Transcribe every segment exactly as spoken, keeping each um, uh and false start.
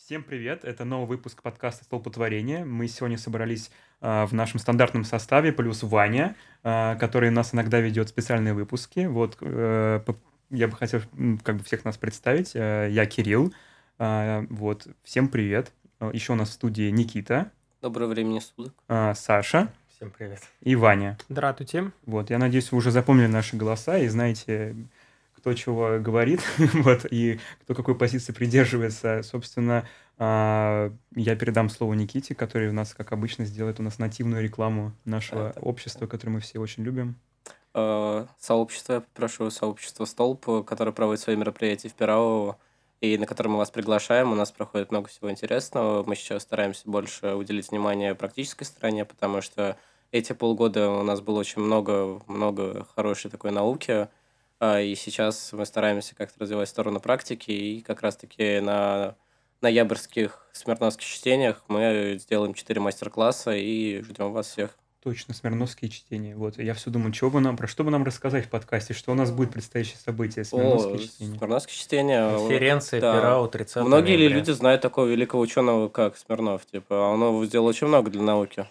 Всем привет! Это новый выпуск подкаста «Столпотворение». Мы сегодня собрались а, в нашем стандартном составе, плюс Ваня, а, который нас иногда ведет специальные выпуски. Вот э, п- я бы хотел м, как бы всех нас представить. Э, Я Кирилл. А, Вот, всем привет. А, Еще у нас в студии Никита, Доброго времени суток. а, Саша Всем привет. и Ваня. Здравствуйте. Вот, я надеюсь, вы уже запомнили наши голоса и знаете, кто чего говорит, вот, и кто какой позиции придерживается. Собственно, а, я передам слово Никите, который у нас, как обычно, сделает у нас нативную рекламу нашего Это- общества, которое мы все очень любим. Э, Сообщество, я попрошу сообщество Столб, э, которое проводит свои мероприятия в Пирау, и на которое мы вас приглашаем. У нас проходит много всего интересного. Мы сейчас стараемся больше уделить внимание практической стороне, потому что эти полгода у нас было очень много, много хорошей такой науки, а, и сейчас мы стараемся как-то развивать сторону практики, и как раз-таки на ноябрьских смирновских чтениях мы сделаем четыре мастер-класса и ждем вас всех. Точно, смирновские чтения. Вот, я все думаю, чего бы нам, про что бы нам рассказать в подкасте, что у нас будет предстоящее событие, смирновские О, чтения. Смирновские чтения. Конференция да. Пирау тридцатого Многие ли ноября. люди знают такого великого ученого, как Смирнов? Типа, он сделал очень много для науки.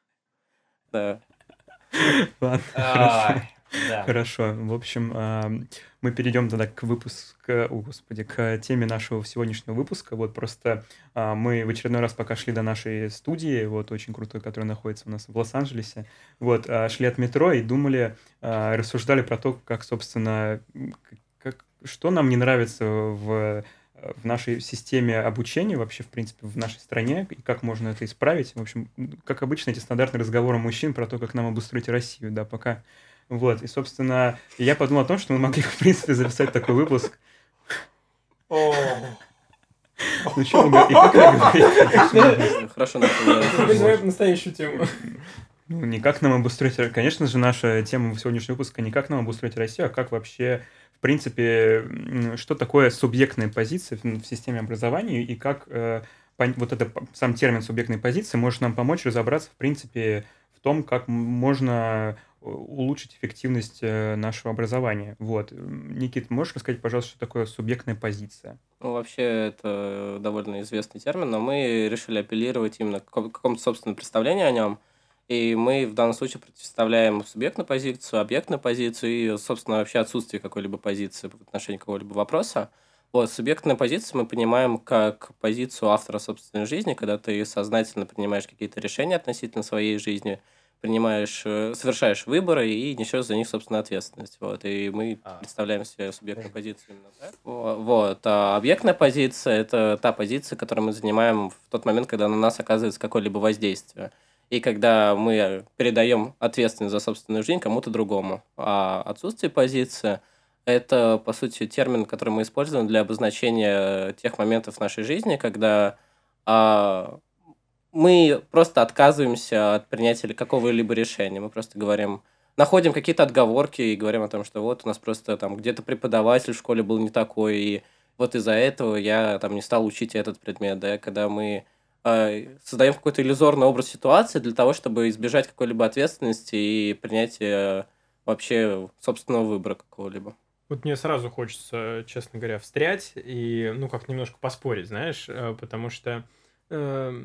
Да. Ладно, Ай, хорошо. да. Хорошо. В общем, а, мы перейдем тогда к выпуску, о, господи, к теме нашего сегодняшнего выпуска. Вот просто а, мы в очередной раз, пока шли до нашей студии, вот очень крутой, которая находится у нас в Лос-Анджелесе, вот а, шли от метро и думали, а, рассуждали про то, как, собственно, м, как, что нам не нравится в в нашей системе обучения, вообще, в принципе, в нашей стране, и как можно это исправить. В общем, м, как обычно, эти стандартные разговоры мужчин про то, как нам обустроить Россию, да, пока. Вот, и, собственно, я подумал о том, что мы могли, в принципе, записать такой выпуск. О, Ну, что вы говорите? И как нам говорить? Хорошо начали. Вызывает настоящую тему. Ну, не как нам обустроить... Конечно же, наша тема сегодняшнего выпуска не как нам обустроить Россию, а как вообще, в принципе, м, что такое субъектная позиция в в системе образования и как э, пон- вот это п- сам термин субъектной позиции может нам помочь разобраться, в принципе, в том, как м- можно э, улучшить эффективность э, нашего образования. Вот. М, Никит, можешь рассказать, пожалуйста, что такое субъектная позиция? Ну, вообще, это довольно известный термин, но мы решили апеллировать именно к какому- какому-то собственному представлению о нем. И мы в данном случае представляем субъектную позицию, объектную позицию и, собственно, вообще отсутствие какой-либо позиции в отношении какого-либо вопроса. Вот, субъектную позицию мы понимаем как позицию автора собственной жизни, когда ты сознательно принимаешь какие-то решения относительно своей жизни, принимаешь, э, совершаешь выборы и несешь за них, собственно, ответственность. Вот, и мы А. представляем себе субъектную позицию именно так. Во- Вот, а объектная позиция– это та позиция, которую мы занимаем в тот момент, когда на нас оказывается какое-либо воздействие. И когда мы передаем ответственность за собственную жизнь кому-то другому. А отсутствие позиции– это, по сути, термин, который мы используем для обозначения тех моментов в нашей жизни, когда а, мы просто отказываемся от принятия какого-либо решения. Мы просто говорим, находим какие-то отговорки и говорим о том, что вот у нас просто там где-то преподаватель в школе был не такой, и вот из-за этого я там не стал учить этот предмет, да, когда мы э, создаем какой-то иллюзорный образ ситуации для того, чтобы избежать какой-либо ответственности и принятия вообще собственного выбора какого-либо. Вот мне сразу хочется, честно говоря, встрять и, ну, как немножко поспорить, знаешь, э, потому что, эм,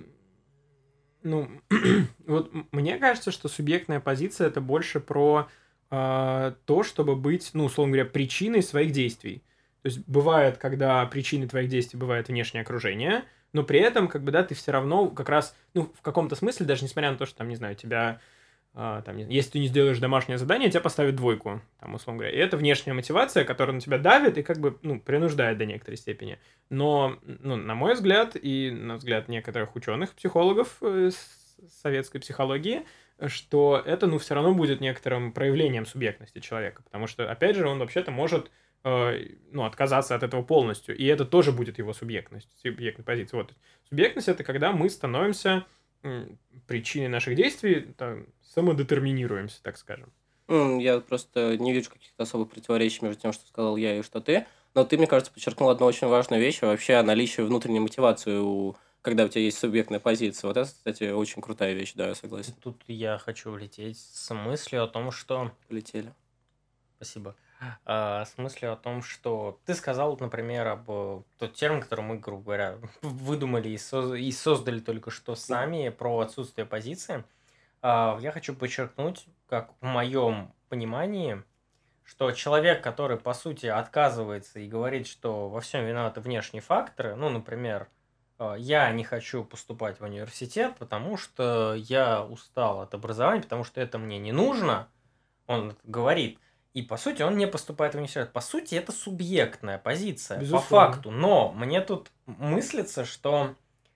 ну, вот м- мне кажется, что субъектная позиция это больше про а, то, чтобы быть, ну, условно говоря, причиной своих действий. То есть бывает, когда причиной твоих действий бывает внешнее окружение, но при этом, как бы, да, ты все равно как раз, ну, в каком-то смысле, даже несмотря на то, что там, не знаю, тебя а, там, не- если ты не сделаешь домашнее задание, тебя поставят двойку, там, условно говоря. И это внешняя мотивация, которая на тебя давит и как бы, ну, принуждает до некоторой степени. Но, ну, на мой взгляд и на взгляд некоторых ученых, психологов э, с советской психологии, что это, ну, все равно будет некоторым проявлением субъектности человека, потому что, опять же, он вообще-то может, э, ну, отказаться от этого полностью, и это тоже будет его субъектность, субъектная позиция. Вот. Субъектность — это когда мы становимся м, причиной наших действий, там, самодетерминируемся, так скажем. М, Я просто не вижу каких-то особых противоречий между тем, что сказал я и что ты. Но ты, мне кажется, подчеркнул одну очень важную вещь, а вообще о наличии внутренней мотивации, у... когда у тебя есть субъектная позиция. Вот это, кстати, очень крутая вещь, да, я согласен. Тут я хочу влететь с мыслью о том, что... Полетели. Спасибо. А, в смысле о том, что ты сказал, например, об э, тот термин, который мы, грубо говоря, выдумали и, соз- и создали только что сами про отсутствие позиции. А, я хочу подчеркнуть, как в моем понимании, что человек, который, по сути, отказывается и говорит, что во всем виноваты внешние факторы, ну, например, э, я не хочу поступать в университет, потому что я устал от образования, потому что это мне не нужно, он это говорит, и, по сути, он не поступает в университет. По сути, это субъектная позиция, по Безусловно. факту. Но мне тут мыслится, что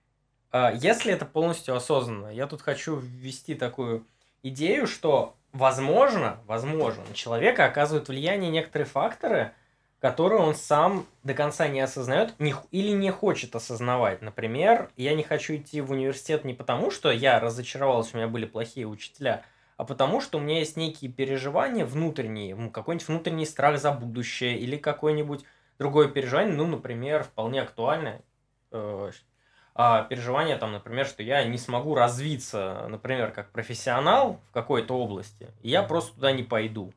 а, если это полностью осознанно, я тут хочу ввести такую идею, что возможно, возможно, на человека оказывают влияние некоторые факторы, которые он сам до конца не осознает не х- или не хочет осознавать. Например, я не хочу идти в университет не потому, что я разочаровался, у меня были плохие учителя, а потому что у меня есть некие переживания внутренние, м, какой-нибудь внутренний страх за будущее или какое-нибудь другое переживание, ну, например, вполне актуальное, э, а, переживание, там, например, что я не смогу развиться, например, как профессионал в какой-то области, и я просто туда не пойду.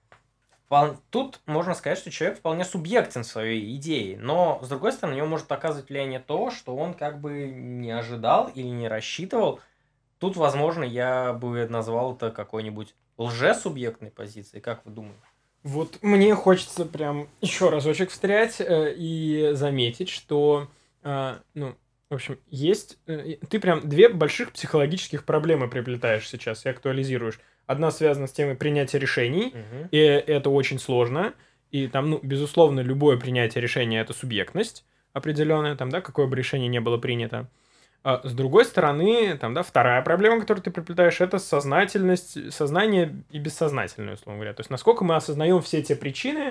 Впол- Тут можно сказать, что человек вполне субъектен в своей идее, но, с другой стороны, на него может оказывать влияние то, что он как бы не ожидал или не рассчитывал. Тут, возможно, я бы назвал это какой-нибудь лжесубъектной позицией. Как вы думаете? Вот мне хочется прям еще разочек встрять э, и заметить, что, э, ну, в общем, есть... э, ты прям две больших психологических проблемы приплетаешь сейчас и актуализируешь. Одна связана с темой принятия решений, Мгм. и это очень сложно. И там, ну, безусловно, любое принятие решения — это субъектность определенная, там, да, какое бы решение не было принято. А с другой стороны, там, да, вторая проблема, которую ты приплетаешь, это сознательность, сознание и бессознательное, условно говоря. То есть, насколько мы осознаем все те причины,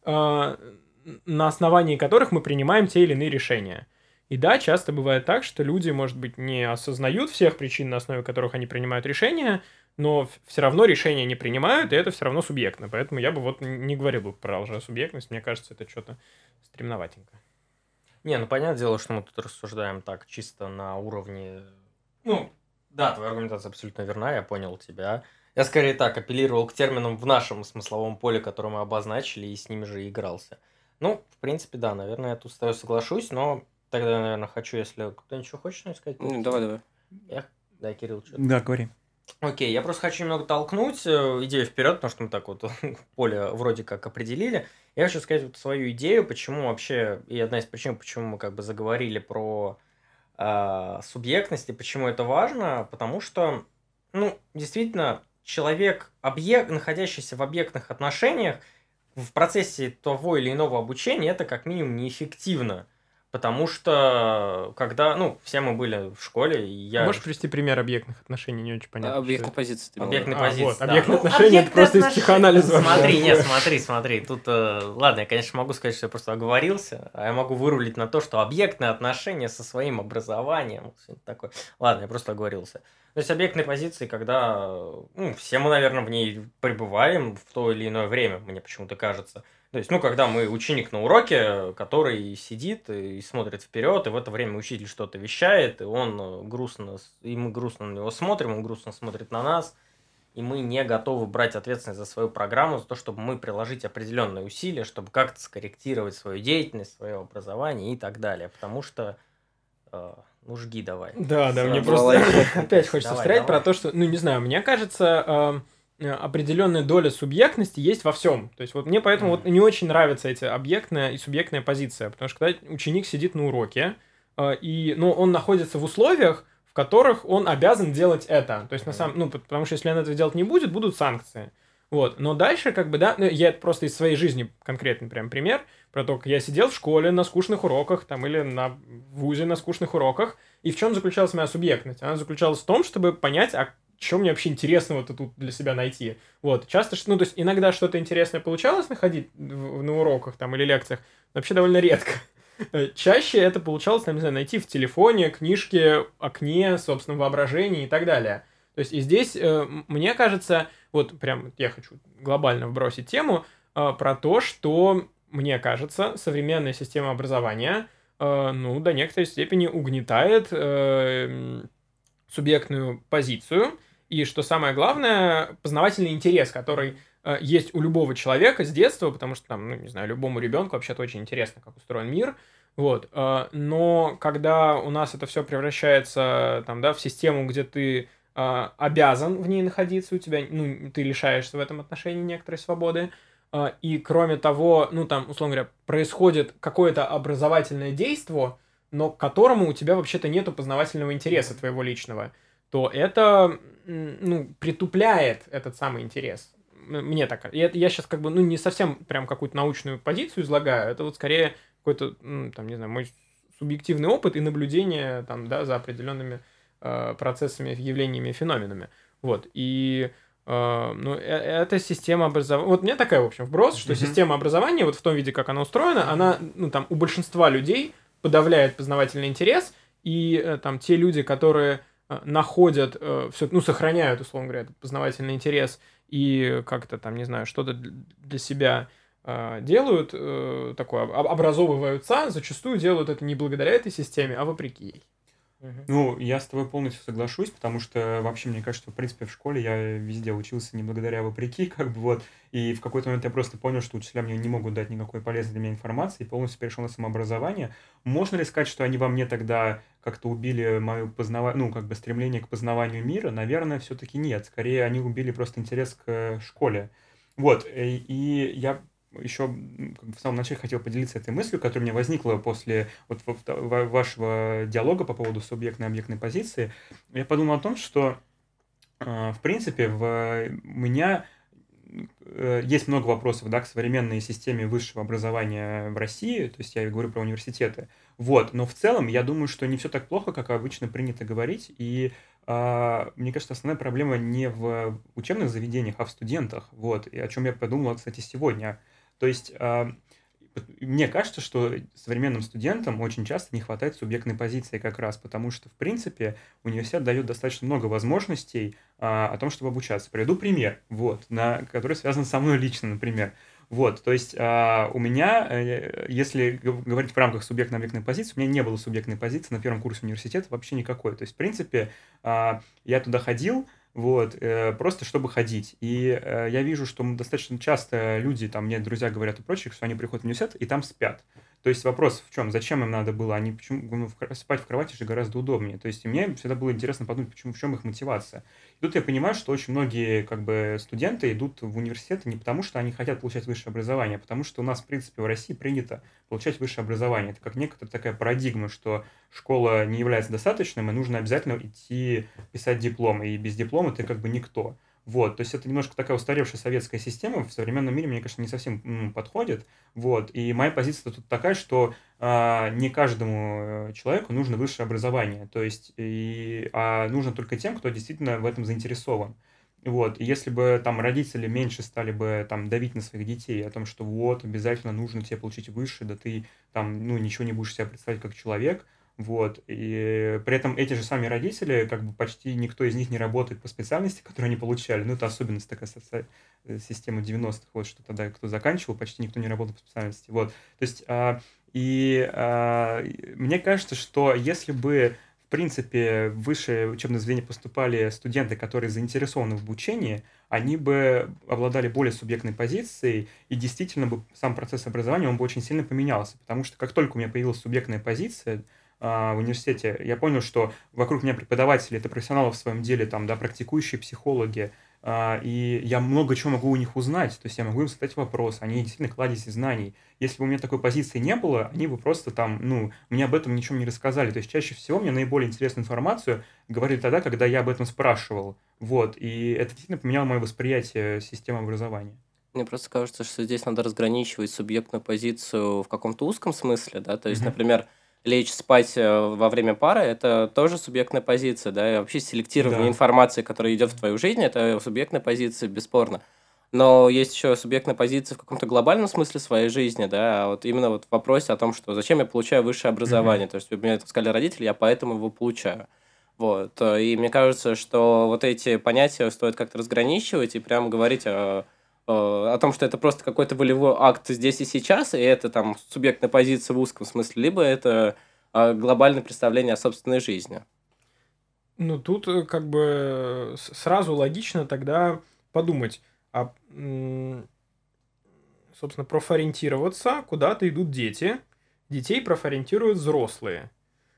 а, на основании которых мы принимаем те или иные решения. И да, часто бывает так, что люди, может быть, не осознают всех причин, на основе которых они принимают решения, но все равно решения не принимают, и это все равно субъектно. Поэтому я бы вот не говорил бы про лжесубъектность. Мне кажется, это что-то стремноватенько. Не, ну понятное дело, что мы тут рассуждаем так чисто на уровне... Ну, да, твоя аргументация абсолютно верна, я понял тебя. Я скорее так апеллировал к терминам в нашем смысловом поле, который мы обозначили, и с ними же и игрался. Ну, в принципе, да, наверное, я тут с тобой соглашусь, но тогда, наверное, хочу, если кто-нибудь еще хочет что-нибудь сказать? Ну, давай, давай. Я... Да, Кирилл, что-то. Да, говори. Окей, я просто хочу немного толкнуть э, идею вперед, потому что мы так вот поле вроде как определили. Я хочу сказать вот свою идею, почему вообще, и одна из причин, почему мы как бы заговорили про а, субъектность и почему это важно, потому что, ну, действительно, человек, объект, находящийся в объектных отношениях, в процессе того или иного обучения, это как минимум неэффективно. Потому что, когда, ну, все мы были в школе, и я... Можешь привести пример объектных отношений? Не очень понятно. Объектной позиции ты имел в виду. Объектной А, позиции. вот, да. объектные Ну, отношения — это объектные просто из отношения- психоанализа вообще. Смотри, нет, смотри, смотри. Тут, э, ладно, я, конечно, могу сказать, что я просто оговорился, а я могу вырулить на то, что объектные отношения со своим образованием, вот что-нибудь такое. Ладно, я просто оговорился. То есть объектные позиции, когда, ну, все мы, наверное, в ней пребываем в то или иное время, мне почему-то кажется. То есть, ну, когда мы ученик на уроке, который сидит и смотрит вперед, и в это время учитель что-то вещает, и он э, грустно, с- и мы грустно на него смотрим, он грустно смотрит на нас, и мы не готовы брать ответственность за свою программу, за то, чтобы мы приложить определенные усилия, чтобы как-то скорректировать свою деятельность, свое образование и так далее. Потому что, э, ну, жги давай. Да, да, Всё, мне давай. просто опять хочется Давай, встрять давай. про то, что, ну, не знаю, мне кажется, э, определенная доля субъектности есть во всем. То есть вот мне поэтому вот не очень нравятся эти объектная и субъектная позиция, потому что когда ученик сидит на уроке, э, и, ну, он находится в условиях, в которых он обязан делать это. То есть, на Мгм. самом, ну, потому что если он этого делать не будет, будут санкции. Вот. Но дальше, как бы, да, ну, я это просто из своей жизни конкретный прям пример, про то, как я сидел в школе на скучных уроках, там, или на вузе на скучных уроках, и в чем заключалась моя субъектность? Она заключалась в том, чтобы понять, а что мне вообще интересного-то тут для себя найти. Вот, часто, ш- ну, то есть иногда что-то интересное получалось находить в- на уроках там или лекциях, но вообще довольно редко. Э, Чаще это получалось, там, не знаю, найти в телефоне, книжке, окне, собственном воображении и так далее. То есть и здесь, э, м- мне кажется, вот прям я хочу глобально вбросить тему э, про то, что, мне кажется, современная система образования, э, ну, до некоторой степени угнетает э, м, субъектную позицию, и, что самое главное, познавательный интерес, который э, есть у любого человека с детства, потому что там, ну, не знаю, любому ребенку вообще-то очень интересно, как устроен мир, вот, э, но когда у нас это все превращается, там, да, в систему, где ты э, обязан в ней находиться, у тебя, ну, ты лишаешься в этом отношении некоторой свободы, э, и кроме того, ну, там, условно говоря, происходит какое-то образовательное действие, но к которому у тебя вообще-то нету познавательного интереса твоего личного, то это, ну, притупляет этот самый интерес. Мне так. Я, я сейчас как бы, ну, не совсем прям какую-то научную позицию излагаю, это вот скорее какой-то, ну, там, не знаю, мой субъективный опыт и наблюдение, там, да, за определенными э, процессами, явлениями, феноменами. Вот. И э, ну, э, эта система образования... Вот у меня такая, в общем, вброс, что mm-hmm. система образования, вот в том виде, как она устроена, она, ну, там, у большинства людей подавляет познавательный интерес, и э, там те люди, которые э, находят, э, все, ну, сохраняют, условно говоря, этот познавательный интерес и как-то там, не знаю, что-то для себя э, делают, э, такое, об- образовываются, зачастую делают это не благодаря этой системе, а вопреки ей. Ну, я с тобой полностью соглашусь, потому что вообще, мне кажется, в принципе, в школе я везде учился не благодаря, а вопреки, как бы вот, и в какой-то момент я просто понял, что учителя мне не могут дать никакой полезной для меня информации, и полностью перешел на самообразование. Можно ли сказать, что они во мне тогда как-то убили мое познава... ну, как бы стремление к познаванию мира? Наверное, все-таки нет. Скорее, они убили просто интерес к школе. Вот, и, и я еще в самом начале хотел поделиться этой мыслью, которая у меня возникла после вот вашего диалога по поводу субъектной и объектной позиции. Я подумал о том, что, в принципе, в... у меня есть много вопросов, да, к современной системе высшего образования в России, то есть я говорю про университеты, вот, но в целом я думаю, что не все так плохо, как обычно принято говорить, и Uh, мне кажется, основная проблема не в учебных заведениях, а в студентах. Вот, и о чем я подумал, кстати, сегодня. То есть, uh, мне кажется, что современным студентам очень часто не хватает субъектной позиции как раз, потому что, в принципе, университет дает достаточно много возможностей uh, о том, чтобы обучаться. Приведу пример, вот, на, который связан со мной лично, например. Вот, то есть а, у меня, если говорить в рамках субъектно-объектной позиции, у меня не было субъектной позиции на первом курсе университета вообще никакой. То есть, в принципе, а, я туда ходил, вот, э, просто чтобы ходить. И э, я вижу, что достаточно часто люди, там, мне друзья говорят и прочие, что они приходят в университет и там спят. То есть вопрос в чем? Зачем им надо было? Они почему ну, в, спать в кровати же гораздо удобнее. То есть и мне всегда было интересно подумать, почему, в чем их мотивация. И тут я понимаю, что очень многие как бы, студенты идут в университеты не потому, что они хотят получать высшее образование, а потому что у нас, в принципе, в России принято получать высшее образование. Это как некоторая такая парадигма, что школа не является достаточным, и нужно обязательно идти писать диплом. И без диплома ты как бы никто. Вот, то есть это немножко такая устаревшая советская система, в современном мире, мне кажется, не совсем ну, подходит. Вот, и моя позиция тут такая, что а, не каждому человеку нужно высшее образование, то есть, и, а нужно только тем, кто действительно в этом заинтересован. Вот, и если бы там родители меньше стали бы там давить на своих детей о том, что вот, обязательно нужно тебе получить высшее, да ты там, ну, ничего не будешь себя представлять как человек, вот, и при этом эти же сами родители, как бы почти никто из них не работает по специальности, которую они получали, ну, это особенность такая соци... система девяностых, вот, что тогда кто заканчивал, почти никто не работал по специальности, вот, то есть, а, и а, мне кажется, что если бы, в принципе, в высшее учебное заведение поступали студенты, которые заинтересованы в обучении, они бы обладали более субъектной позицией, и действительно бы сам процесс образования, он бы очень сильно поменялся, потому что как только у меня появилась субъектная позиция, в университете, я понял, что вокруг меня преподаватели, это профессионалы в своем деле, там, да, практикующие психологи, и я много чего могу у них узнать, то есть я могу им задать вопрос, они действительно кладезь знаний. Если бы у меня такой позиции не было, они бы просто там, ну, мне об этом ничего не рассказали. То есть чаще всего мне наиболее интересную информацию говорили тогда, когда я об этом спрашивал. Вот, и это действительно поменяло мое восприятие системы образования. Мне просто кажется, что здесь надо разграничивать субъектную позицию в каком-то узком смысле, да, то есть, mm-hmm. например, лечь спать во время пары – это тоже субъектная позиция, да, и вообще селектирование да. информации, которая идет в твою жизнь, это субъектная позиция, бесспорно. Но есть еще субъектная позиция в каком-то глобальном смысле своей жизни, да, а вот именно вот в вопросе о том, что зачем я получаю высшее образование, mm-hmm. то есть мне это сказали родители, я поэтому его получаю. Вот, и мне кажется, что вот эти понятия стоит как-то разграничивать и прямо говорить о... о том, что это просто какой-то волевой акт здесь и сейчас, и это там субъектная позиция в узком смысле, либо это глобальное представление о собственной жизни. Ну, тут как бы сразу логично тогда подумать, а, м, собственно, профориентироваться куда-то идут дети, детей профориентируют взрослые.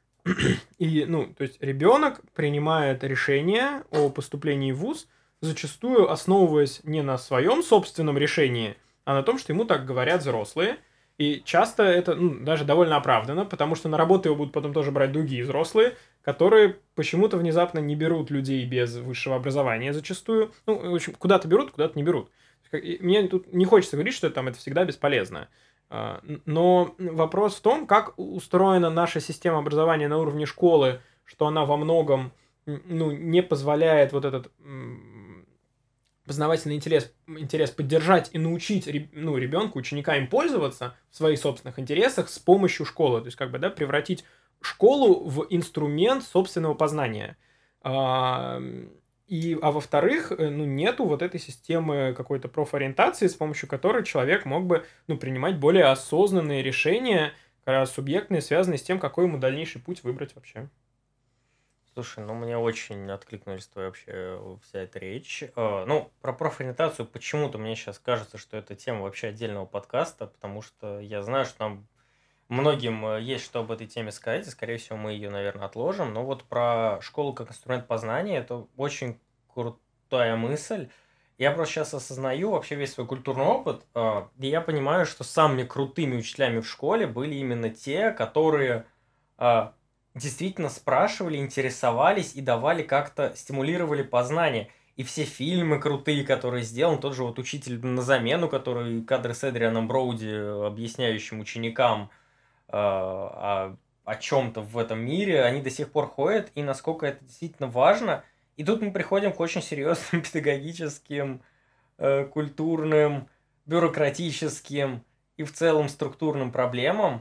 И, ну, то есть ребенок принимает решение о поступлении в вуз, зачастую основываясь не на своем собственном решении, а на том, что ему так говорят взрослые. И часто это ну, даже довольно оправдано, потому что на работу его будут потом тоже брать другие взрослые, которые почему-то внезапно не берут людей без высшего образования зачастую. Ну, в общем, куда-то берут, куда-то не берут. И мне тут не хочется говорить, что там это всегда бесполезно. А, Но вопрос в том, как устроена наша система образования на уровне школы, что она во многом м, ну, не позволяет вот этот м, познавательный интерес, интерес поддержать и научить ре- ну, ребенка, ученика им пользоваться в своих собственных интересах с помощью школы. То есть, как бы, да, превратить школу в инструмент собственного познания. А, И, а во-вторых, э, ну, нету вот этой системы какой-то профориентации, с помощью которой человек мог бы, ну, принимать более осознанные решения, как раз субъектные, связанные с тем, какой ему дальнейший путь выбрать вообще. Слушай, ну мне очень откликнулись твоя вообще э, вся эта речь. Э, Ну, про профориентацию почему-то мне сейчас кажется, что это тема вообще отдельного подкаста, потому что я знаю, что там многим э, есть что об этой теме сказать, и, скорее всего, мы ее, наверное, отложим. Но вот про школу как инструмент познания, это очень крутая мысль. Я просто сейчас осознаю вообще весь свой культурный опыт, э, и я понимаю, что самыми крутыми учителями в школе были именно те, которые э, действительно спрашивали, интересовались и давали как-то, стимулировали познание. И все фильмы крутые, которые сделаны, тот же вот «Учитель на замену», который кадры с Эдрианом Броуди, э, объясняющим ученикам, э, о, о чем-то в этом мире, они до сих пор ходят, и насколько это действительно важно. И тут мы приходим к очень серьезным педагогическим, э, культурным, бюрократическим и в целом структурным проблемам.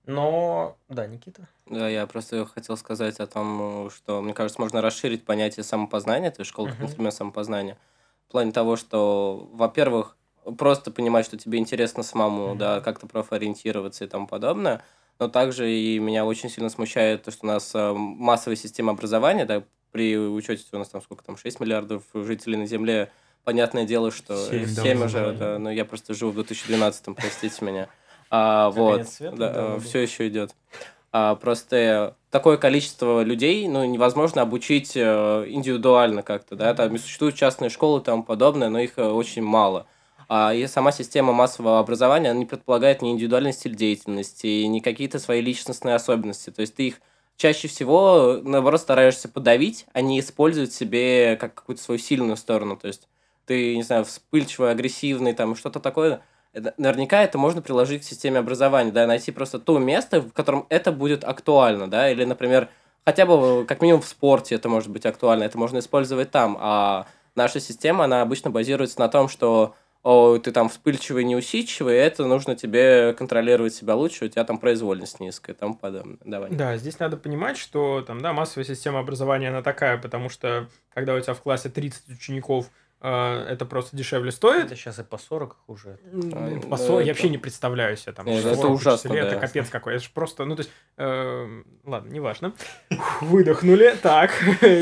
Но, да, Никита? Да, я просто хотел сказать о том, что, мне кажется, можно расширить понятие самопознания, то есть школа как Мгм. инструмент самопознания, в плане того, что, во-первых, просто понимать, что тебе интересно самому, да, Мгм. как-то профориентироваться и тому подобное, но также и меня очень сильно смущает то, что у нас э, массовая система образования, да, при учете у нас там сколько там, шесть миллиардов жителей на Земле, понятное дело, что Семь семь давно уже, уже. да, но я просто живу в две тысячи двенадцатом, простите меня. А, Как вот, конец света давно был. все еще идет. А, просто такое количество людей, ну, невозможно обучить э, индивидуально как-то, да, там и существуют частные школы и тому подобное, но их э, очень мало. А и сама система массового образования, она не предполагает ни индивидуальный стиль деятельности, ни какие-то свои личностные особенности. То есть ты их чаще всего, наоборот, стараешься подавить, а не использовать себе как какую-то свою сильную сторону. То есть ты, не знаю, вспыльчивый, агрессивный, там что-то такое. Это- Наверняка это можно приложить к системе образования, да, найти просто то место, в котором это будет актуально, да, или, например, хотя бы как минимум в спорте это может быть актуально, это можно использовать там, а наша система, она обычно базируется на том, что о, ты там вспыльчивый, неусидчивый, это нужно тебе контролировать себя лучше, у тебя там произвольность низкая и тому подобное. Давай. Да, здесь надо понимать, что там, да, массовая система образования, она такая, потому что когда у тебя в классе тридцать учеников, э, это просто дешевле стоит. Это сейчас и по сорок их уже. М, А, по да, сорок я это- вообще не представляю себе там. Нет, сорок это ужасно, учителей, да. Это капец какой. Это же просто, ну, то есть, э, ладно, неважно. Выдохнули. Так,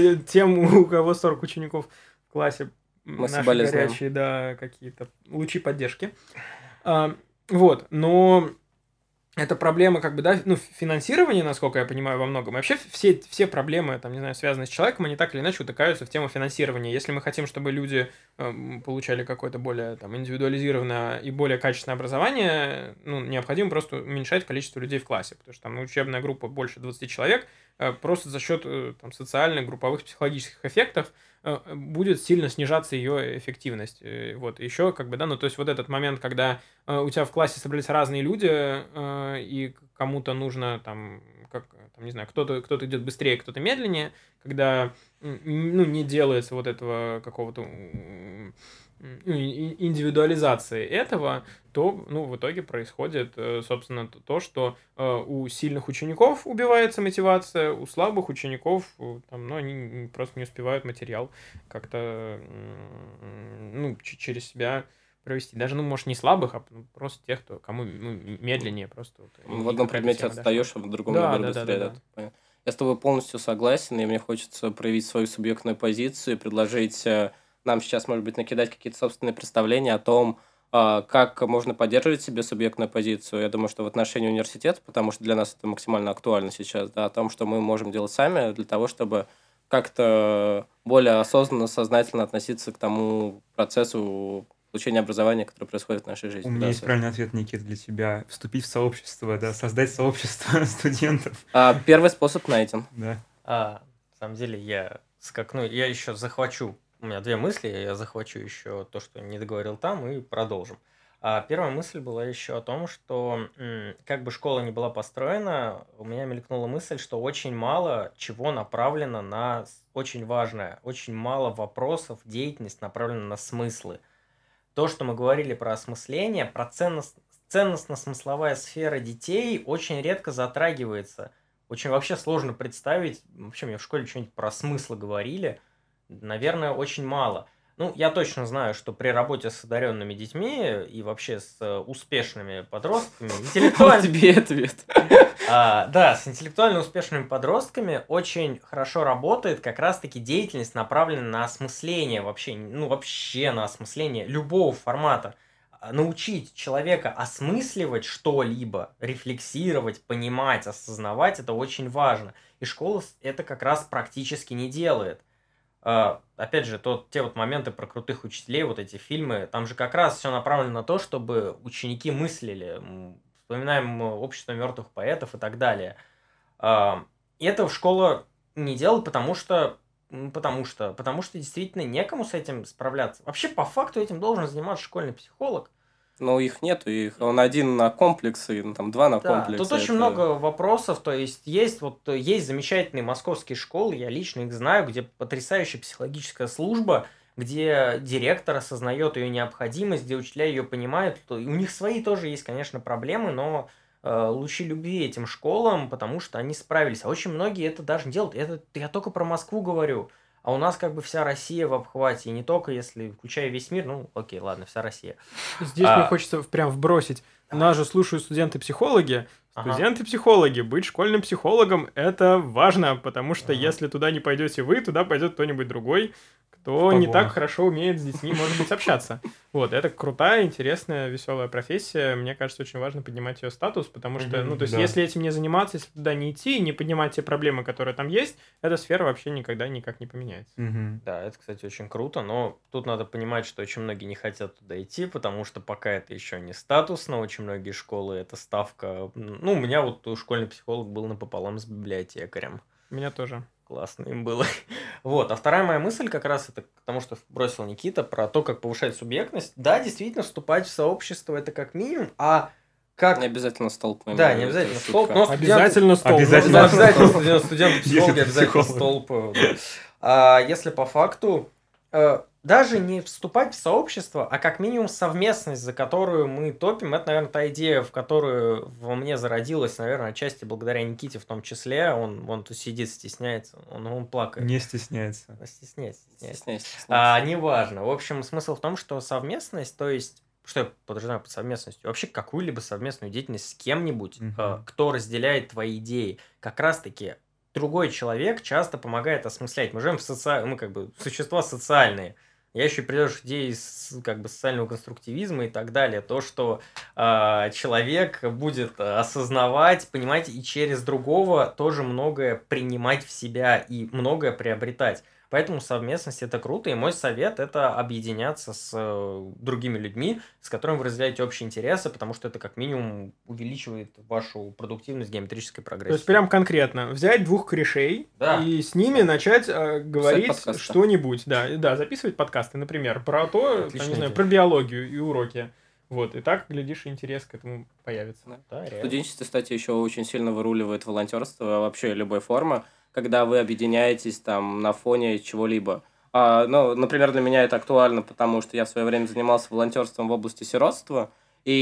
тем, у кого сорок учеников в классе, м, Мы наши соболезнуем. горячие, да, какие-то лучи поддержки. А, Вот, но это проблема, как бы, да, ну, финансирования, насколько я понимаю, во многом. И вообще все, все проблемы, там, не знаю, связанные с человеком, они так или иначе утыкаются в тему финансирования. Если мы хотим, чтобы люди эм, получали какое-то более там, индивидуализированное и более качественное образование, ну, необходимо просто уменьшать количество людей в классе, потому что там ну, учебная группа больше двадцати человек, э, просто за счет э, там, социальных, групповых, психологических эффектов э, будет сильно снижаться ее эффективность. Э, Вот, еще, как бы, да, ну, то есть вот этот момент, когда э, у тебя в классе собрались разные люди, э, и кому-то нужно там, как, там, не знаю, кто-то кто идет быстрее, кто-то медленнее, когда м, ну, не делается вот этого какого-то м, ну, и- и- индивидуализации этого, то, ну, в итоге происходит, э, собственно, т- то, что э, у сильных учеников убивается мотивация, у слабых учеников, э, там, ну, они н- просто не успевают материал как-то, м, ну, ч- через себя провести. Даже, ну, может, не слабых, а ну, просто тех, кто, кому ну, медленнее просто. Вот, и- В и одном какая-то предмете тема дошла. отстаешь, а в другом, Да, наоборот, да, да, быстрее. да, да, да. ты понял. Я с тобой полностью согласен, и мне хочется проявить свою субъектную позицию и предложить э, нам сейчас, может быть, накидать какие-то собственные представления о том, а, как можно поддерживать себе субъектную позицию. Я думаю, что в отношении университета, потому что для нас это максимально актуально сейчас, да, о том, что мы можем делать сами для того, чтобы как-то более осознанно, сознательно относиться к тому процессу получения образования, который происходит в нашей жизни. У меня Да, есть Саша. правильный ответ, Никита, для тебя. Вступить в сообщество, да, создать сообщество студентов. А, первый способ найден. Да. А, на самом деле я скакну, я еще захвачу, у меня две мысли, я захвачу еще то, что не договорил там, и продолжим. А первая мысль была еще о том, что м, как бы школа ни была построена, у меня мелькнула мысль, что очень мало чего направлено на с- очень важное, очень мало вопросов, деятельность направлена на смыслы. То, что мы говорили про осмысление, про ценность, ценностно-смысловая сфера детей очень редко затрагивается. Очень вообще сложно представить, вообще мне в школе что-нибудь про смыслы говорили, наверное, очень мало. Ну, я точно знаю, что при работе с одаренными детьми и вообще с э, успешными подростками, Вот интеллектуально, тебе и ответ. а, да, с интеллектуально успешными подростками очень хорошо работает как раз-таки деятельность, направленная на осмысление вообще, ну вообще на осмысление любого формата. А, Научить человека осмысливать что-либо, рефлексировать, понимать, осознавать, это очень важно. И школа с- это как раз практически не делает. А, Опять же, тот, те вот моменты про крутых учителей, вот эти фильмы, там же как раз все направлено на то, чтобы ученики мыслили. М, Вспоминаем э, «Общество мертвых поэтов» и так далее. А, И это школа не делает, потому что, м, потому что, потому что действительно некому с этим справляться. Вообще, по факту, этим должен заниматься школьный психолог. Но их нету, их он один на комплексы, ну, там два на Да, комплексы. тут очень это- много вопросов, то есть есть вот э, есть замечательные московские школы, я лично их знаю, где потрясающая психологическая служба, где директор осознает ее необходимость, где учителя ее понимают, то и у них свои тоже есть, конечно, проблемы, но э, лучи любви этим школам, потому что они справились. А очень многие это даже не делают. Это я только про Москву говорю. А у нас как бы вся Россия в обхвате, и не только если, включая весь мир, ну окей, ладно, вся Россия. Здесь А. мне хочется в- прям вбросить. Нас же слушают студенты-психологи. Ага. Студенты-психологи. Быть школьным психологом — это важно, потому что Ага. если туда не пойдете вы, туда пойдет кто-нибудь другой, кто В не так погонах. хорошо умеет с детьми, может быть, общаться. Вот, это крутая, интересная, веселая профессия. Мне кажется, очень важно поднимать ее статус, потому что, Мгм, ну, то есть, да. если этим не заниматься, если туда не идти, не поднимать те проблемы, которые там есть, эта сфера вообще никогда никак не поменяется. Мгм. Да, это, кстати, очень круто, но тут надо понимать, что очень многие не хотят туда идти, потому что пока это еще не статусно, очень многие школы это ставка. Ну, у меня вот школьный психолог был напополам с библиотекарем. У меня тоже. Классно им было. Вот, а вторая моя мысль как раз это к тому, что бросил Никита, про то, как повышать субъектность. Да, действительно, вступать в сообщество это как минимум, а как... Не обязательно столб. Да, не обязательно столб, но студент- Обязательно стол. Обязательно Ну, столб. обязательно студент, студент Если психолог, ты обязательно психолог. столб. э, да. А если по факту э, даже не вступать в сообщество, а как минимум совместность, за которую мы топим, это, наверное, та идея, в которую во мне зародилась, наверное, отчасти благодаря Никите в том числе. Он вон тут сидит, стесняется, он, он плакает. Не стесняется. Стесняется, стесняется. Стесняйся, стесняйся. А, неважно. В общем, смысл в том, что совместность, то есть, что я подразумеваю под совместностью, вообще какую-либо совместную деятельность с кем-нибудь, Мгм. э, кто разделяет твои идеи, как раз-таки другой человек часто помогает осмыслять. Мы живем в соци... мы как бы существа социальные. Я еще придешь идеи с, как бы социального конструктивизма и так далее. То, что а, человек будет осознавать, понимать и через другого тоже многое принимать в себя и многое приобретать. Поэтому совместность это круто, и мой совет это объединяться с э, другими людьми, с которыми вы разделяете общие интересы, потому что это как минимум увеличивает вашу продуктивность геометрической прогрессии. То есть прям конкретно взять двух корешей Да. и с ними начать э, говорить подкасты. что-нибудь. Да, и- да, записывать подкасты, например, про то, там, Отличная не знаю, идея. про биологию и уроки. Вот, и так, глядишь, интерес к этому появится. Да, реально. Студенчество, кстати, еще очень сильно выруливает волонтерство, вообще любой формы, когда вы объединяетесь там на фоне чего-либо. А, ну, например, для меня это актуально, потому что я в свое время занимался волонтерством в области сиротства,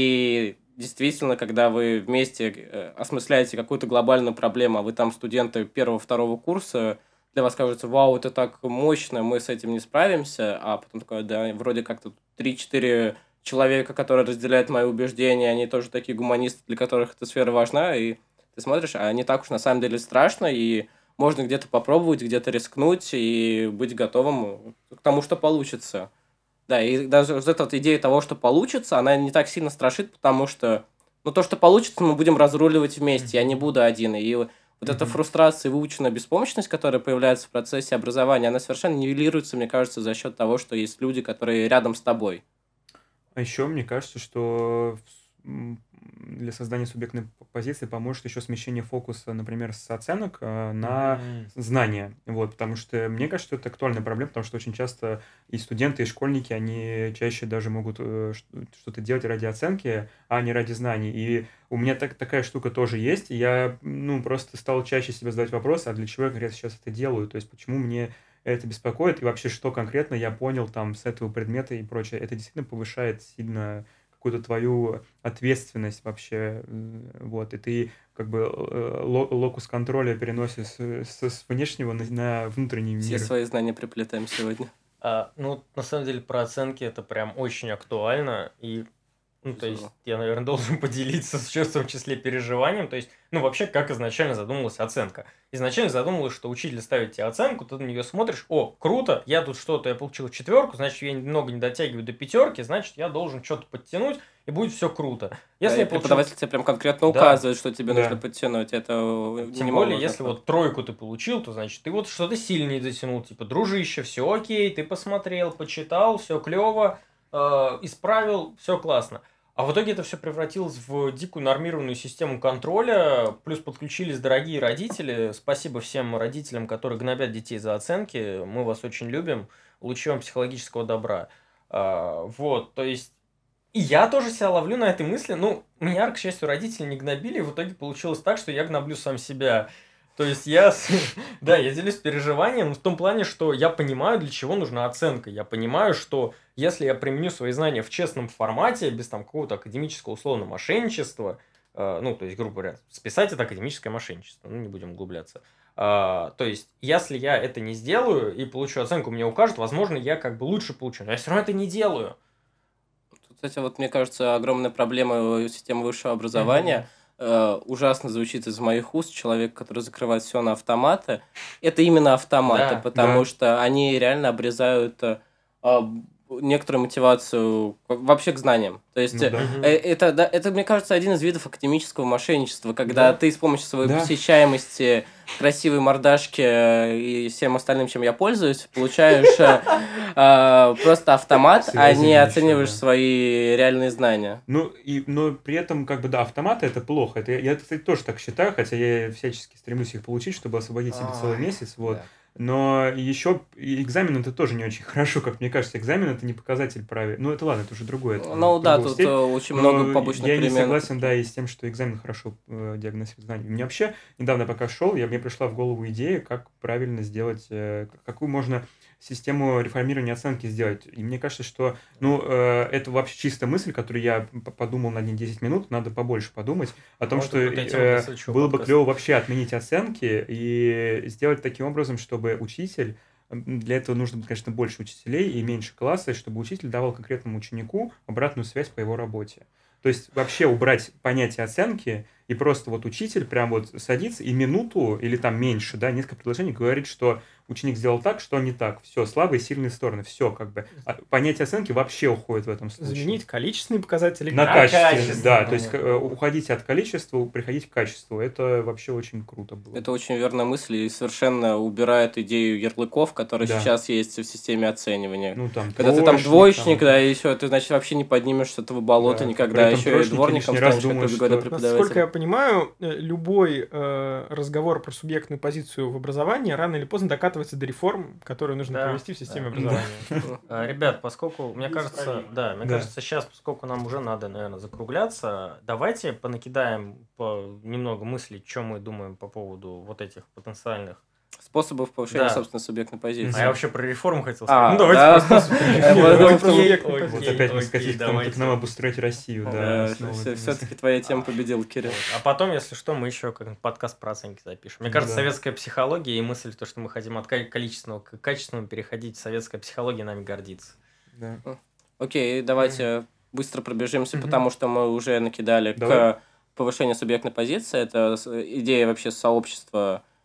и действительно, когда вы вместе э, осмысляете какую-то глобальную проблему, а вы там студенты первого-второго курса, для вас кажется, вау, это так мощно, мы с этим не справимся, а потом такое, да, вроде как-то три-четыре человека, которые разделяют мои убеждения, они тоже такие гуманисты, для которых эта сфера важна, и ты смотришь, а не так уж на самом деле страшно, и можно где-то попробовать, где-то рискнуть и быть готовым к тому, что получится. Да, и даже вот эта вот идея того, что получится, она не так сильно страшит, потому что, ну, то, что получится, мы будем разруливать вместе, я не буду один. И вот Мгм. эта фрустрация и выученная беспомощность, которая появляется в процессе образования, она совершенно нивелируется, мне кажется, за счет того, что есть люди, которые рядом с тобой. А еще мне кажется, что в- м, для создания субъектной п- позиции поможет еще смещение фокуса, например, с оценок э, на Мгм. знания. Вот, потому что мне кажется, что это актуальная проблема, потому что очень часто и студенты, и школьники, они чаще даже могут э, ш- что-то делать ради оценки, а не ради знаний. И у меня так, такая штука тоже есть, и я ну, просто стал чаще себе задавать вопрос, а для чего я конкретно сейчас это делаю? То есть почему мне это беспокоит, и вообще, что конкретно я понял там с этого предмета и прочее. Это действительно повышает сильно какую-то твою ответственность вообще, м, вот, и ты как бы э, ло- локус контроля переносишь с, с- с внешнего на, на внутренний Все мир. свои знания приплетаем сегодня. А, ну, на самом деле, про оценки это прям очень актуально. И, ну, то есть, Безумно. я, наверное, должен поделиться с чувством, в числе переживанием. То есть, ну, вообще, как изначально задумалась оценка. Изначально задумалось, что учитель ставит тебе оценку, ты на нее смотришь, о, круто, я тут что-то, я получил четверку, значит, я немного не дотягиваю до пятерки, значит, я должен что-то подтянуть, и будет все круто. Если Да, и я получил преподаватель тебе прям конкретно Да. указывает, что тебе Да. нужно подтянуть. Это э, Тем немало более, важно. если вот тройку ты получил, то значит ты вот что-то сильнее дотянул. Типа, дружище, все окей, ты посмотрел, почитал, все клево, исправил, все классно. А в итоге это все превратилось в дикую нормированную систему контроля, плюс подключились дорогие родители. Спасибо всем родителям, которые гнобят детей за оценки. Мы вас очень любим. Лучи вам психологического добра. А, вот, то есть и я тоже себя ловлю на этой мысли. Ну, меня, к счастью, родители не гнобили, и в итоге получилось так, что я гноблю сам себя. То есть я, с- да, я делюсь переживанием в том плане, что я понимаю, для чего нужна оценка. Я понимаю, что если я применю свои знания в честном формате, без там какого-то академического условно мошенничества, э, ну, то есть, грубо говоря, списать это академическое мошенничество, ну, не будем углубляться. А, то есть, если я это не сделаю и получу оценку, мне укажут, возможно, я как бы лучше получу, но я все равно это не делаю. Тут, кстати, вот мне кажется, огромная проблема системы высшего образования. Э, ужасно звучит из моих уст человек, который закрывает все на автоматы. Это именно автоматы, Да, потому да. что они реально обрезают э, а, некоторую мотивацию к- вообще к знаниям. То есть Ну да. Мгм. э, это, да, это, мне кажется, один из видов академического мошенничества, когда Да. ты с помощью своей Да. посещаемости, красивой мордашки э, и всем остальным, чем я пользуюсь, получаешь э, э, просто автомат, а не Связей оцениваешь еще, да. свои реальные знания. Ну, и, но при этом, как бы, да, автоматы это плохо. Это, я, кстати, тоже так считаю, хотя я всячески стремлюсь их получить, чтобы освободить себе целый Ай, месяц. Вот. да. Но еще экзамен это тоже не очень хорошо, как мне кажется. Экзамен это не показатель правил. Ну, это ладно, это уже другое. Это Ну да, другого тут стиля. э, очень Но много побочных я не перемен. согласен, да, и с тем, что экзамен хорошо э, диагностирует знания. Мне вообще недавно, пока шел, я, мне пришла в голову идея, как правильно сделать, э, к- какую можно систему реформирования оценки сделать. И мне кажется, что, ну, э, это вообще чистая мысль, которую я п- подумал на ней десять минут, надо побольше подумать о том, Ну, это что крутая тема э, для следующего было бы подкаста. клево вообще отменить оценки и сделать таким образом, чтобы учитель, м, для этого нужно, конечно, больше учителей и меньше класса, и чтобы учитель давал конкретному ученику обратную связь по его работе. То есть вообще убрать понятие оценки, и просто вот учитель прям вот садится и минуту или там меньше, да, несколько предложений говорит, что ученик сделал так, что не так. Все, слабые и сильные стороны. Все, как бы. А понятие оценки вообще уходит в этом случае. Заменить количественные показатели На На качестве, качественные, да. То есть да. э, уходите от количества, приходите к качеству. Это вообще очень круто было. Это очень верная мысль и совершенно убирает идею ярлыков, которые Да. сейчас есть в системе оценивания. Ну, там, Когда ты там троечник, двоечник, там, да, и еще, ты, значит, вообще не поднимешься с этого болота Да, никогда, при этом еще и троечники дворником лишний раз станешь, как думают, любой говорят что- преподаватель. Насколько я понимаю, э, любой э, разговор про субъектную позицию в образовании рано или поздно докатывается до реформ, которые нужно Да, провести в системе да. образования. А, Ребят, поскольку, мне кажется, Неисправимо. да, мне Да. кажется, сейчас, поскольку нам уже надо, наверное, закругляться, давайте понакидаем по немного мыслей, что мы думаем по поводу вот этих потенциальных. Способов повышения Да. собственной субъектной позиции. А я вообще про реформу хотел А, сказать. Ну, давайте да. про способ Э, реформы. вот Окей, это про субъектную окей, позицию. Вот опять мы окей, скатились к тому, давайте. как нам обустроить Россию. Да, снова это все-таки твоя тема победила, Кирилл. Вот. А потом, если что, мы еще как подкаст про оценки запишем. Мне Ну кажется, да. советская психология и мысль, то, что мы хотим от ка- количественного к качественному переходить, советская психология нами гордится. Да. Окей, давайте быстро пробежимся, Мгм. потому что мы уже накидали Давай. к повышению субъектной позиции. Это с- идея вообще сообщества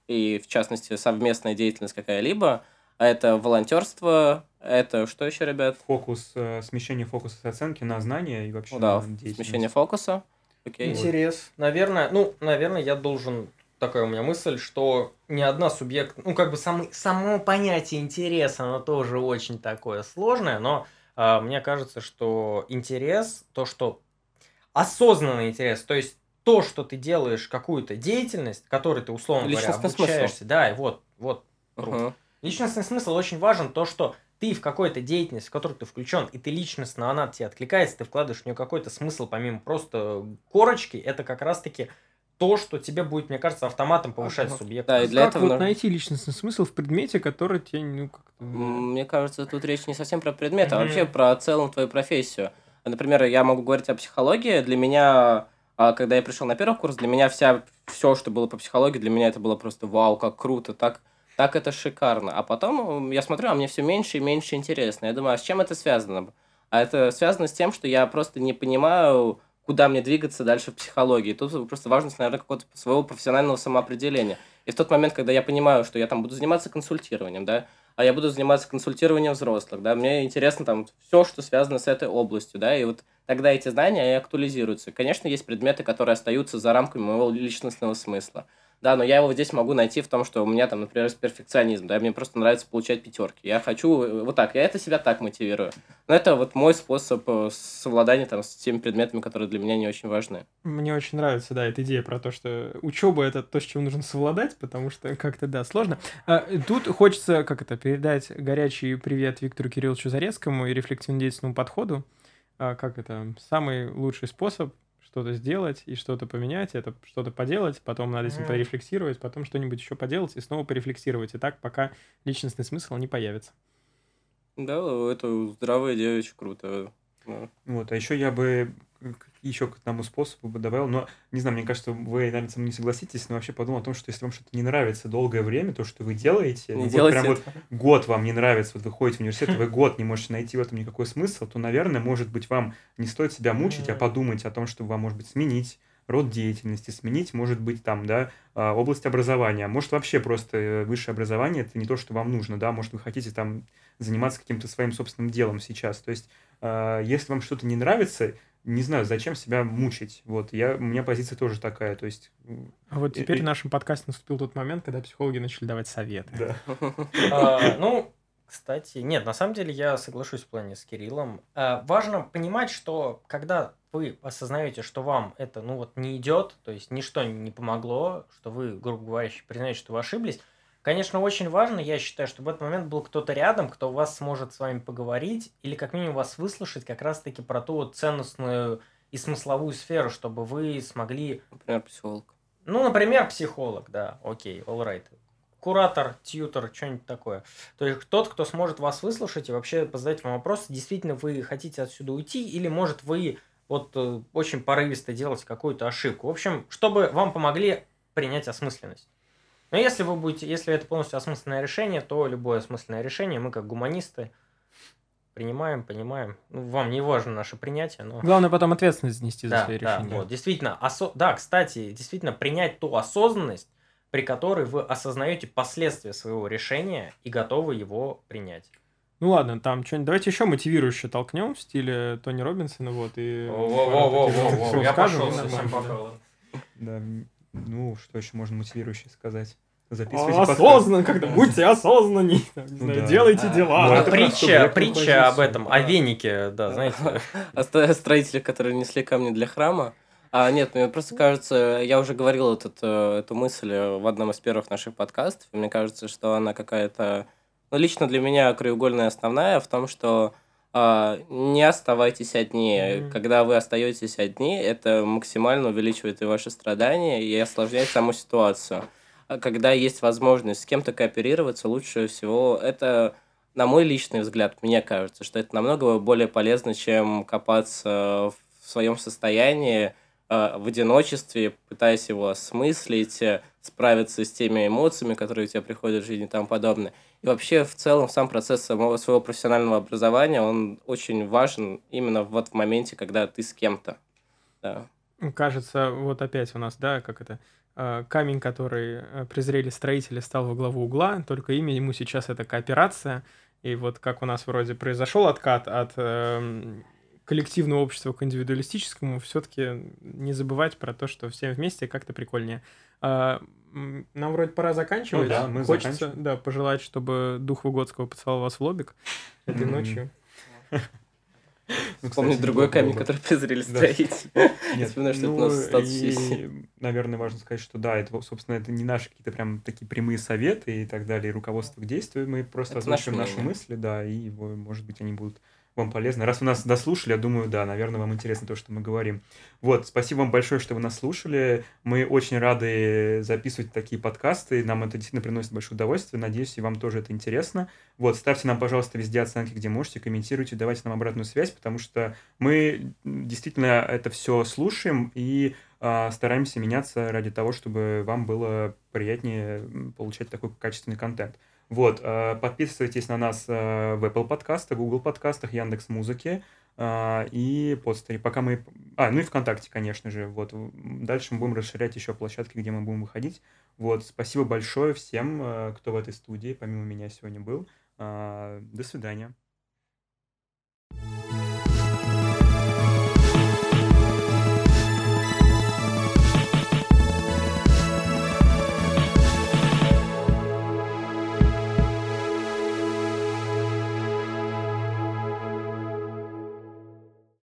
и, в частности, совместная деятельность какая-либо. А это волонтерство, это что еще, ребят? Фокус, э, смещение фокуса с оценки на знания и вообще Ну да, на деятельность. смещение фокуса. Окей. Интерес. Наверное, ну, наверное, я должен... Такая у меня мысль, что ни одна субъект... Ну, как бы сам, само понятие интереса, оно тоже очень такое сложное, но а, мне кажется, что интерес, то, что... Осознанный интерес, то есть то, что ты делаешь какую-то деятельность, которой ты, условно говоря, Личностный смысл. обучаешься. Да, и вот, вот, круто. Мгм. Личностный смысл очень важен, то, что ты в какой-то деятельности, в которую ты включен, и ты личностно, она тебе откликается, ты вкладываешь в нее какой-то смысл, помимо просто корочки, это как раз-таки то, что тебе будет, мне кажется, автоматом повышать Ага. субъект. Да, и для Как этого вот нужно- найти личностный смысл в предмете, который тебе, ну, как-то... М, Мне кажется, тут речь не совсем про предмет, а Мгм. вообще про целом твою профессию. Например, я могу говорить о психологии. Для меня, а, когда я пришел на первый курс, для меня вся все, что было по психологии, для меня это было просто вау, как круто, так, так это шикарно. А потом м, я смотрю, а мне все меньше и меньше интересно. Я думаю, а с чем это связано? А это связано с тем, что я просто не понимаю, куда мне двигаться дальше в психологии. Тут просто важность, наверное, какого-то своего профессионального самоопределения. И в тот момент, когда я понимаю, что я там буду заниматься консультированием, да, а я буду заниматься консультированием взрослых, да, мне интересно там все, что связано с этой областью, да, и вот тогда эти знания и актуализируются. Конечно, есть предметы, которые остаются за рамками моего личностного смысла, да, но я его здесь могу найти в том, что у меня там, например, перфекционизм, да, мне просто нравится получать пятерки. Я хочу э, вот так, я это себя так мотивирую. Но это вот мой способ э, совладания там с теми предметами, которые для меня не очень важны. Мне очень нравится, да, эта идея про то, что учеба — это то, с чем нужно совладать, потому что как-то, да, сложно. А, тут хочется, как это, передать горячий привет Виктору Кирилловичу Зарецкому и рефлективно-деятельному подходу. А, как это, самый лучший способ что-то сделать и что-то поменять, это что-то поделать, потом над этим Мгм. порефлексировать, потом что-нибудь еще поделать и снова порефлексировать. И так, пока личностный смысл не появится. Да, это здравая идея, очень круто. Да. Вот, а еще я бы еще к одному способу бы добавил, но, не знаю, мне кажется, вы, наверное, со мной не согласитесь, но вообще подумал о том, что если вам что-то не нравится долгое время, то, что вы делаете, Не вот делайте прям вот этого. год вам не нравится, вот вы ходите в университет, вы год не можете найти в этом никакой смысл, то, наверное, может быть, вам не стоит себя мучить, а Мгм. подумать о том, что вам, может быть, сменить род деятельности, сменить, может быть, там, да, а, область образования, может, вообще просто э, высшее образование — это не то, что вам нужно, да, может, вы хотите там заниматься каким-то своим собственным делом сейчас, то есть, а, если вам что-то не нравится, не знаю, зачем себя мучить, вот, я, у меня позиция тоже такая, то есть, м, А вот И- теперь и- в нашем подкасте наступил тот момент, когда психологи начали давать советы. да. А, Ну, кстати, нет, на самом деле я соглашусь в плане с Кириллом. А, Важно понимать, что когда вы осознаете, что вам это, ну вот, не идет, то есть ничто не помогло, что вы, грубо говоря, признаете, что вы ошиблись, конечно, очень важно, я считаю, чтобы в этот момент был кто-то рядом, кто вас сможет с вами поговорить или как минимум вас выслушать как раз-таки про ту вот ценностную и смысловую сферу, чтобы вы смогли Например, психолог. ну, например, психолог, да, окей, all right. Куратор, тьютор, что-нибудь такое. То есть тот, кто сможет вас выслушать и вообще задать вам вопрос, действительно вы хотите отсюда уйти, или может вы вот э, очень порывисто делаете какую-то ошибку. В общем, чтобы вам помогли принять осмысленность. Но если вы будете, если это полностью осмысленное решение, то любое осмысленное решение мы как гуманисты принимаем, понимаем. Ну, вам не важно наше принятие, но... Главное потом ответственность нести за Да, свои да, решения. вот, действительно, осо- да, кстати, действительно принять ту осознанность, при которой вы осознаете последствия своего решения и готовы его принять. Ну ладно, там что-нибудь. Давайте еще мотивирующе толкнем в стиле Тони Робинсона, вот, и Во-во-во-во-во, пару таких слов я скажем, пошел и совсем нормально, да. пока. Да, м, ну, что еще можно мотивирующе сказать? Записывайте А, подкаст. Осознанно, когда будьте осознанней, там, не Ну знаю, да. делайте А, дела. Ну, а это про притча, субъектную притча об позицию. этом, о венике, да, знаете. О стро- строителях, которые несли камни для храма. А нет, мне просто кажется, я уже говорил этот, э, эту мысль э, в одном из первых наших подкастов, и мне кажется, что она какая-то, ну, лично для меня краеугольная основная в том, что а, не оставайтесь одни. Мгм. Когда вы остаетесь одни, это максимально увеличивает и ваши страдания, и осложняет саму ситуацию. А когда есть возможность с кем-то кооперироваться, лучше всего это, на мой личный взгляд, мне кажется, что это намного более полезно, чем копаться в своем состоянии э, в одиночестве, пытаясь его осмыслить, э, справиться с теми эмоциями, которые у тебя приходят в жизни и тому подобное. И вообще, в целом, сам процесс самого своего профессионального образования, он очень важен именно вот в моменте, когда ты с кем-то. Да. Кажется, вот опять у нас, да, как это, э, камень, который э, презрели строители, стал во главу угла, только имя ему сейчас это кооперация. И вот как у нас вроде произошел откат от эм, коллективного общества к индивидуалистическому, все-таки не забывать про то, что всем вместе как-то прикольнее. А, м, Нам вроде пора заканчивать. Ну да, мы Хочется, заканчиваем. да, пожелать, чтобы дух Выгодского поцеловал вас в лобик этой М. ночью. Ну, Вспомнить кстати, другой неплохо было камень, бы. который презрели Да. строители. Я Нет, вспоминаю, что это у ну нас статус сессии. и, наверное, важно сказать, что да, это, вот, собственно, это не наши какие-то прям такие прямые советы и так далее, и руководство к действию. Мы просто Это наше озвучиваем наши мнение. мысли, да, и, во- может быть, они будут вам полезны. Раз вы нас дослушали, я думаю, да, наверное, вам интересно то, что мы говорим. Вот, спасибо вам большое, что вы нас слушали. Мы очень рады записывать такие подкасты. Нам это действительно приносит большое удовольствие. Надеюсь, и вам тоже это интересно. Вот, ставьте нам, пожалуйста, везде оценки, где можете, комментируйте, давайте нам обратную связь, потому что мы м, действительно это все слушаем и а, стараемся меняться ради того, чтобы вам было приятнее м, получать такой качественный контент. Вот, а, подписывайтесь на нас а, в Apple подкастах, Google подкастах, Яндекс.Музыке а, и подстере. Пока мы... А, ну и ВКонтакте, конечно же. Вот, м, дальше мы будем расширять еще площадки, где мы будем выходить. Вот, спасибо большое всем, а, кто в этой студии, помимо меня сегодня был. А, До свидания.